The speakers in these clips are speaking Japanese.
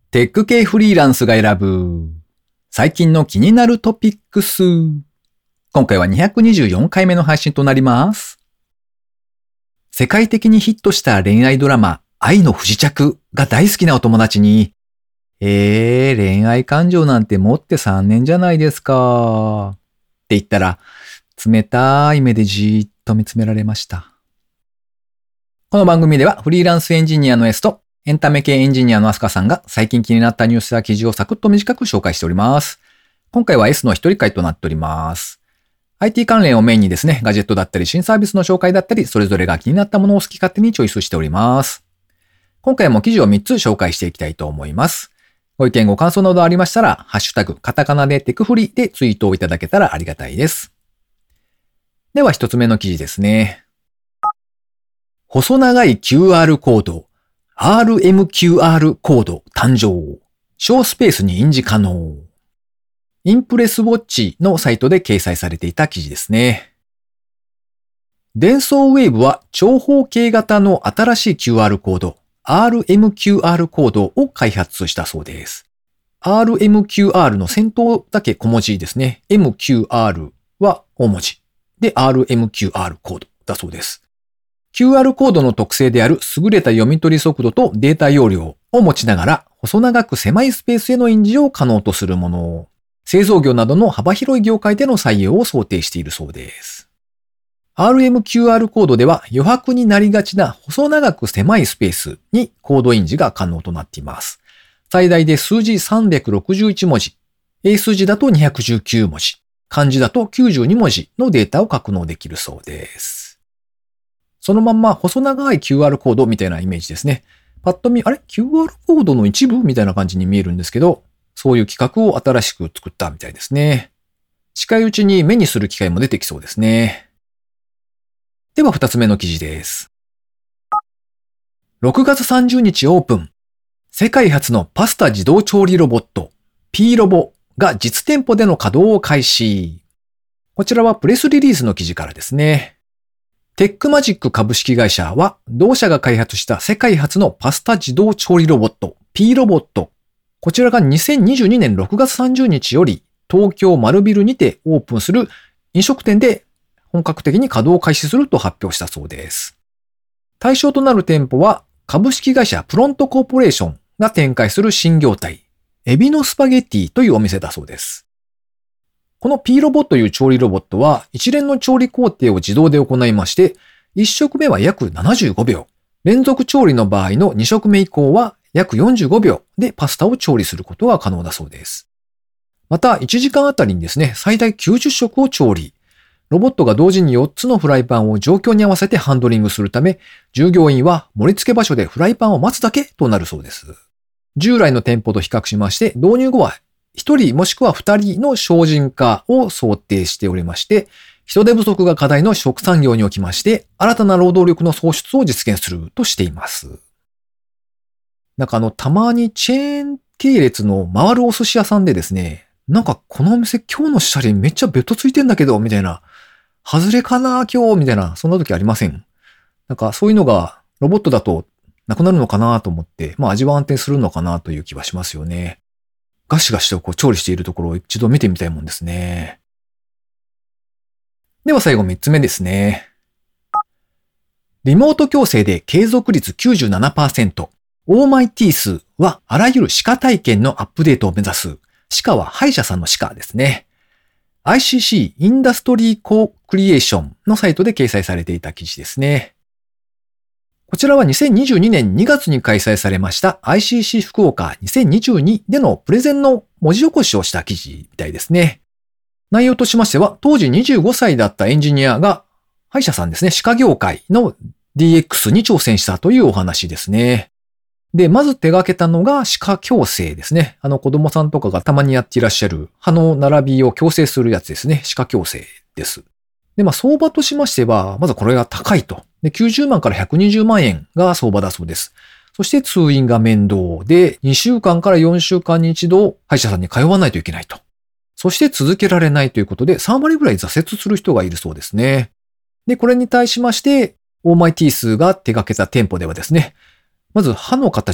テック系フリーランスが選ぶ最近の気になるトピックス。今回は224回目の配信となります。世界的にヒットした恋愛ドラマ愛の不時着が大好きなお友達に恋愛感情なんて持って3年じゃないですかって言ったら冷たい目でじーっと見つめられました。この番組ではフリーランスエンジニアの S とエンタメ系エンジニアのアスカさんが最近気になったニュースや記事をサクッと短く紹介しております。今回は S の一人会となっております。IT 関連をメインにですね、ガジェットだったり新サービスの紹介だったり、それぞれが気になったものを好き勝手にチョイスしております。今回も記事を3つ紹介していきたいと思います。ご意見ご感想などありましたら、ハッシュタグカタカナでテクフリでツイートをいただけたらありがたいです。では1つ目の記事ですね。細長い QR コードRMQR コード誕生。小スペースに印字可能。インプレスウォッチのサイトで掲載されていた記事ですね。デンソーウェーブは長方形型の新しい QR コード RMQR コードを開発したそうです。RMQR の先頭だけ小文字ですね。MQR は大文字。で、RMQR コードだそうです。QR コードの特性である優れた読み取り速度とデータ容量を持ちながら細長く狭いスペースへの印字を可能とするもの。製造業などの幅広い業界での採用を想定しているそうです。RMQR コードでは余白になりがちな細長く狭いスペースにコード印字が可能となっています。最大で数字361文字、英数字だと219文字、漢字だと92文字のデータを格納できるそうです。そのまんま細長い QR コードみたいなイメージですね。パッと見、QR コードの一部みたいな感じに見えるんですけど、そういう企画を新しく作ったみたいですね。近いうちに目にする機会も出てきそうですね。では2つ目の記事です。6月30日オープン。世界初のパスタ自動調理ロボット P ロボが実店舗での稼働を開始。こちらはプレスリリースの記事からですね。テックマジック株式会社は同社が開発した世界初のパスタ自動調理ロボット P ロボット。こちらが2022年6月30日より東京丸ビルにてオープンする飲食店で本格的に稼働を開始すると発表したそうです。対象となる店舗は株式会社プロントコーポレーションが展開する新業態エビのスパゲッティというお店だそうです。この P ロボという調理ロボットは一連の調理工程を自動で行いまして、1食目は約75秒、連続調理の場合の2食目以降は約45秒でパスタを調理することが可能だそうです。また1時間あたりにですね、最大90食を調理。ロボットが同時に4つのフライパンを状況に合わせてハンドリングするため、従業員は盛り付け場所でフライパンを待つだけとなるそうです。従来の店舗と比較しまして、導入後は1人もしくは2人の省人化を想定しておりまして、人手不足が課題の食産業におきまして、新たな労働力の創出を実現するとしています。たまにチェーン系列の回るお寿司屋さんでですね、このお店今日のシャリめっちゃベッドついてんだけど、みたいな、外れかな今日、みたいな、そんな時ありません？そういうのがロボットだとなくなるのかなと思って、味は安定するのかなという気はしますよね。ガシガシと調理しているところを一度見てみたいもんですね。では最後3つ目ですね。リモート矯正で継続率 97%。オーマイティースはあらゆる歯科体験のアップデートを目指す。歯科は歯医者さんの歯科ですね。ICC インダストリーコクリエーションのサイトで掲載されていた記事ですね。こちらは2022年2月に開催されました ICC 福岡2022でのプレゼンの文字起こしをした記事みたいですね。内容としましては、当時25歳だったエンジニアが歯医者さんですね、歯科業界の DX に挑戦したというお話ですね。で、まず手掛けたのが歯科矯正ですね。子供さんとかがたまにやっていらっしゃる歯の並びを矯正するやつですね。歯科矯正です。で、相場としましては、まずこれが高いと。で、90万から120万円が相場だそうです。そして通院が面倒で、2週間から4週間に一度歯医者さんに通わないといけないと。そして続けられないということで、3割ぐらい挫折する人がいるそうですね。で、これに対しまして、オーマイティースが手掛けた店舗ではですね、まず歯の形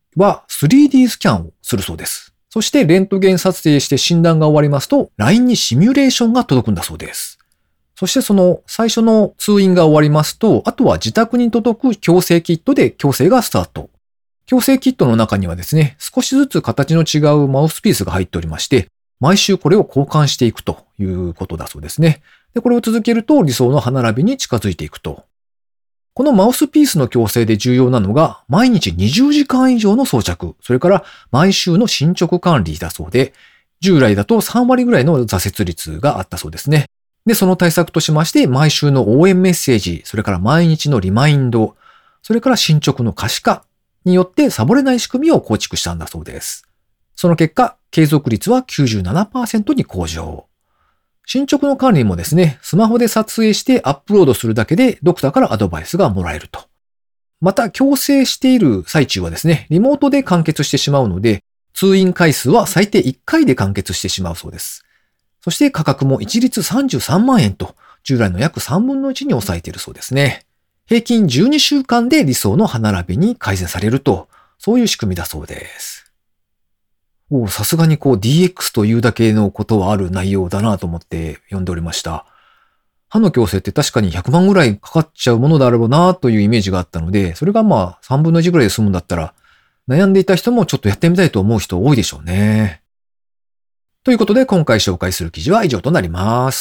は 3D スキャンをするそうです。そしてレントゲン撮影して診断が終わりますと、LINE にシミュレーションが届くんだそうです。そしてその最初の通院が終わりますと、あとは自宅に届く矯正キットで矯正がスタート。矯正キットの中にはですね、少しずつ形の違うマウスピースが入っておりまして、毎週これを交換していくということだそうですね。で、これを続けると理想の歯並びに近づいていくと。このマウスピースの矯正で重要なのが、毎日20時間以上の装着、それから毎週の進捗管理だそうで、従来だと3割ぐらいの挫折率があったそうですね。で、その対策としまして、毎週の応援メッセージ、それから毎日のリマインド、それから進捗の可視化によってサボれない仕組みを構築したんだそうです。その結果、継続率は 97% に向上。進捗の管理もですね、スマホで撮影してアップロードするだけでドクターからアドバイスがもらえると。また、矯正している最中はですね、リモートで完結してしまうので、通院回数は最低1回で完結してしまうそうです。そして価格も一律33万円と、従来の約3分の1に抑えているそうですね。平均12週間で理想の歯並びに改善されると、そういう仕組みだそうです。さすがにDX というだけのことはある内容だなと思って読んでおりました。歯の矯正って確かに100万ぐらいかかっちゃうものだろうなというイメージがあったので、それが3分の1ぐらいで済むんだったら、悩んでいた人もちょっとやってみたいと思う人多いでしょうね。ということで今回紹介する記事は以上となります。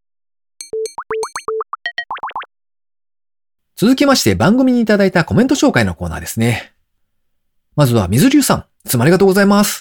続きまして番組にいただいたコメント紹介のコーナーですね。まずは水流さん、いつもありがとうございます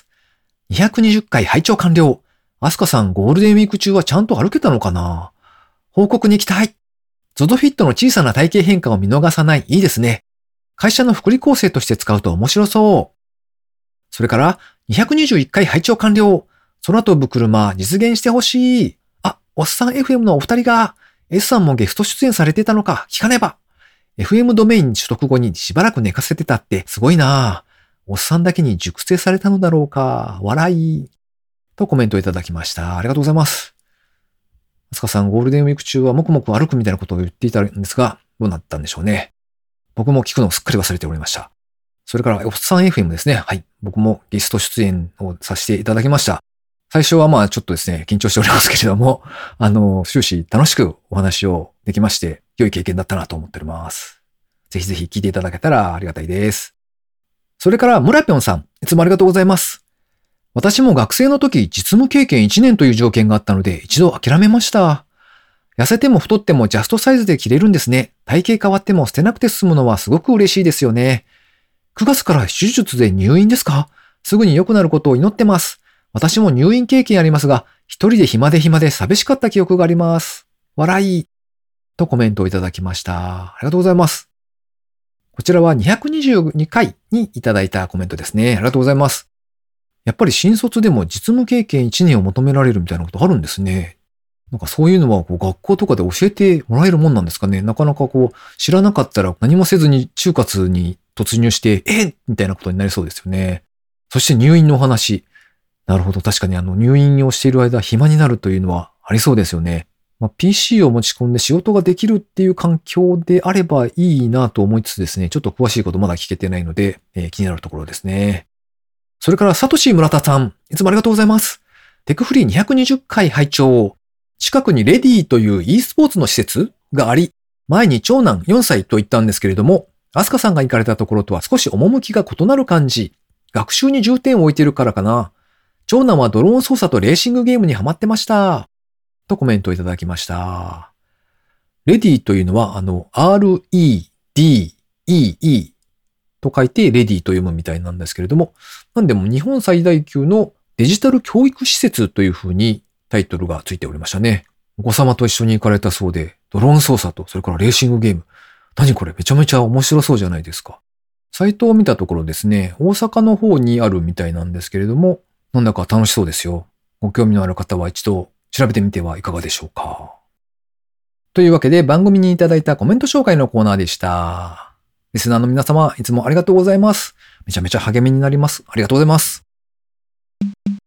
。220回拝聴完了。アスカさんゴールデンウィーク中はちゃんと歩けたのかな？報告に行きたい。ZOZO フィットの小さな体型変化を見逃さない。いいですね。会社の福利厚生として使うと面白そう。それから221回拝聴完了。空飛ぶ車実現してほしい。おっさん FM のお二人が S さんもゲスト出演されてたのか聞かねば。FM ドメイン取得後にしばらく寝かせてたってすごいな。おっさんだけに熟成されたのだろうか。笑い。とコメントいただきました。ありがとうございます。あすかさん、ゴールデンウィーク中はもくもく歩くみたいなことを言っていたんですが、どうなったんでしょうね。僕も聞くのをすっかり忘れておりました。それから、おっさん FM ですね。はい。僕もゲスト出演をさせていただきました。最初はちょっとですね、緊張しておりますけれども、終始楽しくお話をできまして、良い経験だったなと思っております。ぜひぜひ聞いていただけたらありがたいです。それから、村ぴょんさん、いつもありがとうございます。私も学生の時、実務経験1年という条件があったので、一度諦めました。痩せても太ってもジャストサイズで着れるんですね。体型変わっても捨てなくて済むのはすごく嬉しいですよね。9月から手術で入院ですか？すぐに良くなることを祈ってます。私も入院経験ありますが、一人で暇で寂しかった記憶があります。笑い。とコメントをいただきました。ありがとうございます。こちらは222回にいただいたコメントですね。ありがとうございます。やっぱり新卒でも実務経験1年を求められるみたいなことあるんですね。なんかそういうのは学校とかで教えてもらえるもんなんですかね。なかなか知らなかったら何もせずに就活に突入してみたいなことになりそうですよね。そして入院のお話。なるほど。確かに入院をしている間暇になるというのはありそうですよね。PC を持ち込んで仕事ができるっていう環境であればいいなと思いつつですね、ちょっと詳しいことまだ聞けてないので、気になるところですね。それから、サトシ村田さん、いつもありがとうございます。テクフリー220回拝聴。近くにレディという e スポーツの施設があり、前に長男4歳と言ったんですけれども、アスカさんが行かれたところとは少し趣が異なる感じ。学習に重点を置いているからかな。長男はドローン操作とレーシングゲームにハマってました。とコメントをいただきました。レディというのは、R-E-D-E-E と書いてレディと読むみたいなんですけれども、なんでも日本最大級のデジタル教育施設というふうにタイトルがついておりましたね。お子様と一緒に行かれたそうで、ドローン操作と、それからレーシングゲーム。何これめちゃめちゃ面白そうじゃないですか。サイトを見たところですね、大阪の方にあるみたいなんですけれども、なんだか楽しそうですよ。ご興味のある方は一度調べてみてはいかがでしょうか。というわけで番組にいただいたコメント紹介のコーナーでした。リスナーの皆様、いつもありがとうございます。めちゃめちゃ励みになります。ありがとうございます。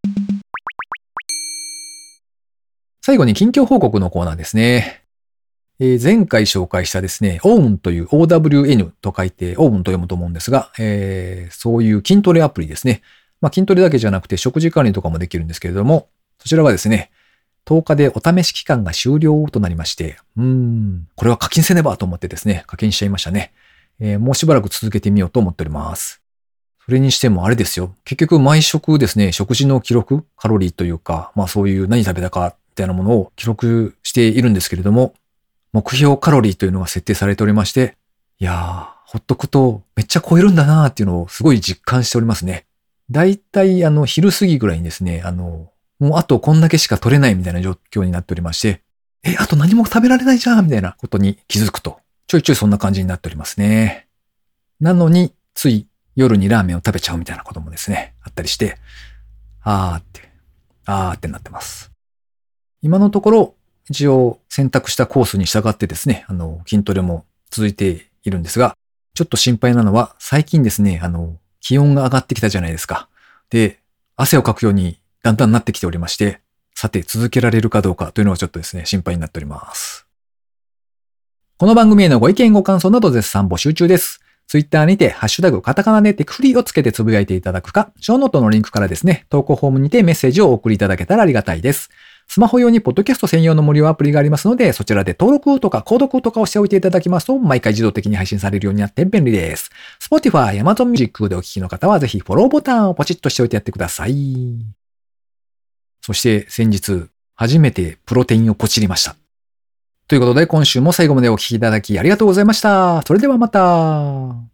最後に近況報告のコーナーですね。 前回紹介したですね、オウンという OWN と書いてオウンと読むと思うんですが、そういう筋トレアプリですね。筋トレだけじゃなくて食事管理とかもできるんですけれども、そちらがですね、10日でお試し期間が終了となりまして、これは課金せねばと思ってですね、課金しちゃいましたね。もうしばらく続けてみようと思っております。それにしてもあれですよ。結局毎食ですね、食事の記録、カロリーというか、そういう何食べたかみたいなものを記録しているんですけれども、目標カロリーというのが設定されておりまして、いやー、ほっとくとめっちゃ超えるんだなーっていうのをすごい実感しておりますね。だいたい昼過ぎぐらいにですね、もうあとこんだけしか取れないみたいな状況になっておりまして、あと何も食べられないじゃんみたいなことに気づくと、ちょいちょいそんな感じになっておりますね。なのに、つい夜にラーメンを食べちゃうみたいなこともですね、あったりして、あーってなってます。今のところ、一応選択したコースに従ってですね、筋トレも続いているんですが、ちょっと心配なのは、最近ですね、気温が上がってきたじゃないですか。で、汗をかくようにだんだんなってきておりまして、さて続けられるかどうかというのがちょっとですね、心配になっております。この番組へのご意見ご感想など絶賛募集中です。ツイッターにて、ハッシュタグカタカナでテクフリーをつけてつぶやいていただくか、ショーノートのリンクからですね、投稿フォームにてメッセージをお送りいただけたらありがたいです。スマホ用にポッドキャスト専用の無料アプリがありますので、そちらで登録とか購読とかをしておいていただきますと、毎回自動的に配信されるようになって便利です。Spotify、Amazon Music でお聞きの方は、ぜひフォローボタンをポチッとしておいてやってください。そして先日、初めてプロテインをポチりました。ということで、今週も最後までお聞きいただきありがとうございました。それではまた。